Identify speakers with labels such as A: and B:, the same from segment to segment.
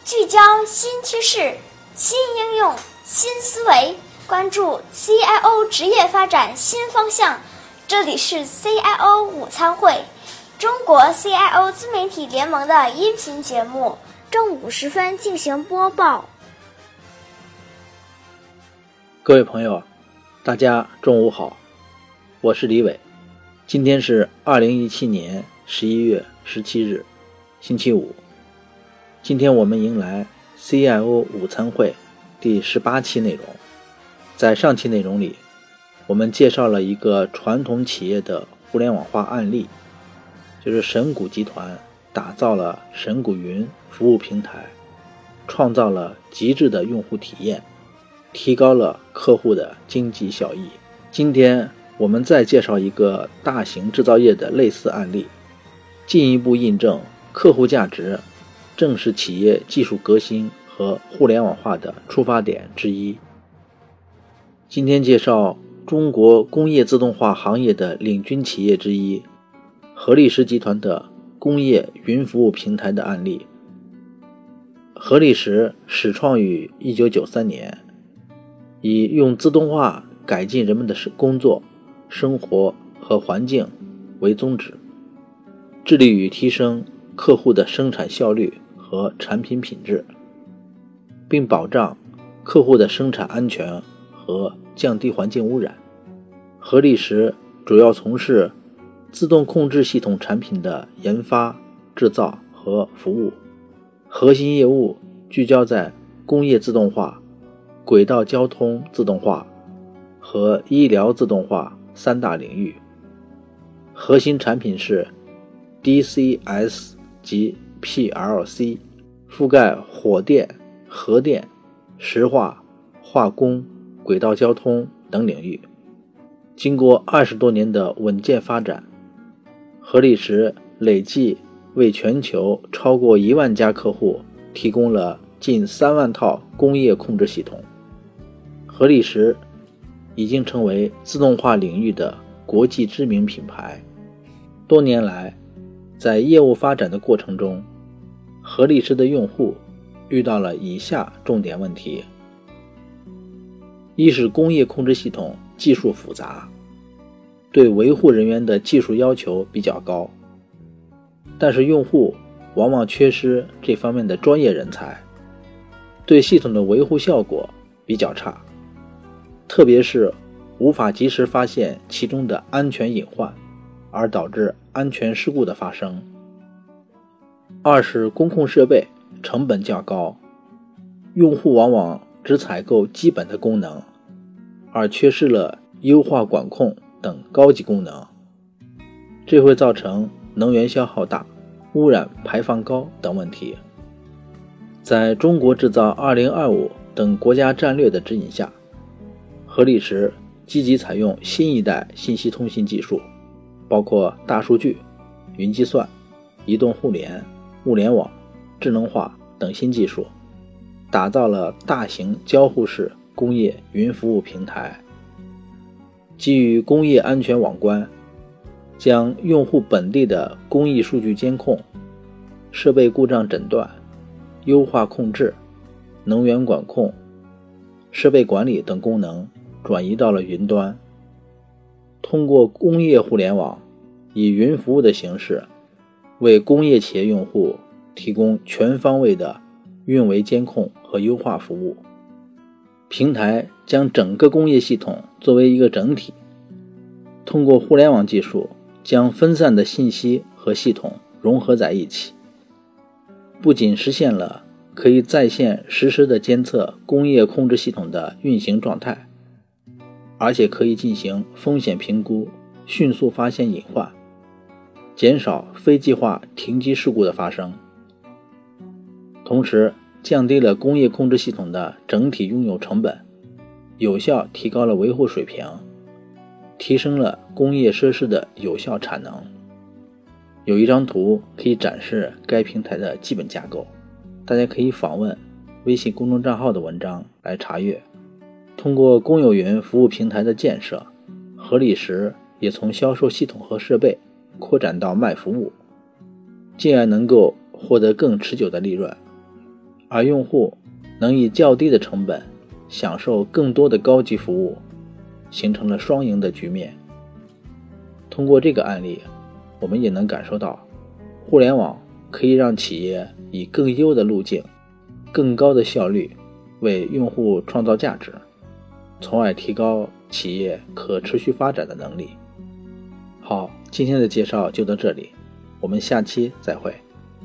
A: 聚焦新趋势、新应用、新思维，关注 CIO 职业发展新方向。这里是 CIO 午餐会，中国 CIO 自媒体联盟的音频节目，正午时分进行播报。
B: 各位朋友，大家中午好，我是李伟。今天是2017年11月17日，星期五。今天我们迎来 CIO 午餐会第18期内容。在上期内容里，我们介绍了一个传统企业的互联网化案例，就是神谷集团打造了神谷云服务平台，创造了极致的用户体验，提高了客户的经济效益。今天我们再介绍一个大型制造业的类似案例，进一步印证客户价值正是企业技术革新和互联网化的出发点之一。今天介绍中国工业自动化行业的领军企业之一合力时集团的工业云服务平台的案例。合力时始创于1993年，以用自动化改进人们的工作、生活和环境为宗旨，致力于提升客户的生产效率和产品品质，并保障客户的生产安全和降低环境污染。合力时主要从事自动控制系统产品的研发、制造和服务，核心业务聚焦在工业自动化、轨道交通自动化和医疗自动化三大领域。核心产品是 DCS 及 PLC， 覆盖火电、核电、石化、化工、轨道交通等领域。经过20多年的稳健发展，合力时累计为全球超过1万家客户提供了近3万套工业控制系统。合力时已经成为自动化领域的国际知名品牌。多年来，在业务发展的过程中，合力时的用户遇到了以下重点问题：一是工业控制系统技术复杂，对维护人员的技术要求比较高，但是用户往往缺失这方面的专业人才，对系统的维护效果比较差，特别是无法及时发现其中的安全隐患，而导致安全事故的发生。二是工控设备成本较高，用户往往只采购基本的功能，而缺失了优化管控等高级功能，这会造成能源消耗大、污染排放高等问题。在中国制造2025等国家战略的指引下，合力时积极采用新一代信息通信技术，包括大数据、云计算、移动互联、物联网、智能化等新技术，打造了大型交互式工业云服务平台，基于工业安全网关，将用户本地的工艺数据监控、设备故障诊断、优化控制、能源管控、设备管理等功能转移到了云端。通过工业互联网，以云服务的形式为工业企业用户提供全方位的运维监控和优化服务。平台将整个工业系统作为一个整体，通过互联网技术将分散的信息和系统融合在一起，不仅实现了可以在线实时的监测工业控制系统的运行状态，而且可以进行风险评估，迅速发现隐患，减少非计划停机事故的发生，同时降低了工业控制系统的整体拥有成本，有效提高了维护水平，提升了工业设施的有效产能。有一张图可以展示该平台的基本架构，大家可以访问微信公众账号的文章来查阅。通过公有云服务平台的建设，合力时也从销售系统和设备扩展到卖服务，进而能够获得更持久的利润。 而用户能以较低的成本享受更多的高级服务，形成了双赢的局面。通过这个案例，我们也能感受到，互联网可以让企业以更优的路径、更高的效率为用户创造价值，从而提高企业可持续发展的能力。好，今天的介绍就到这里，我们下期再会。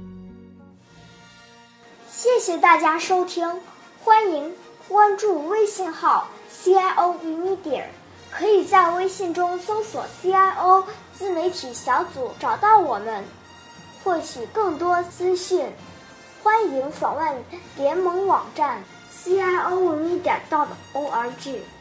A: 谢谢大家收听，欢迎关注微信号 CIO Media， 可以在微信中搜索 CIO 自媒体小组找到我们，获取更多资讯。欢迎访问联盟网站 CIOmedia.org。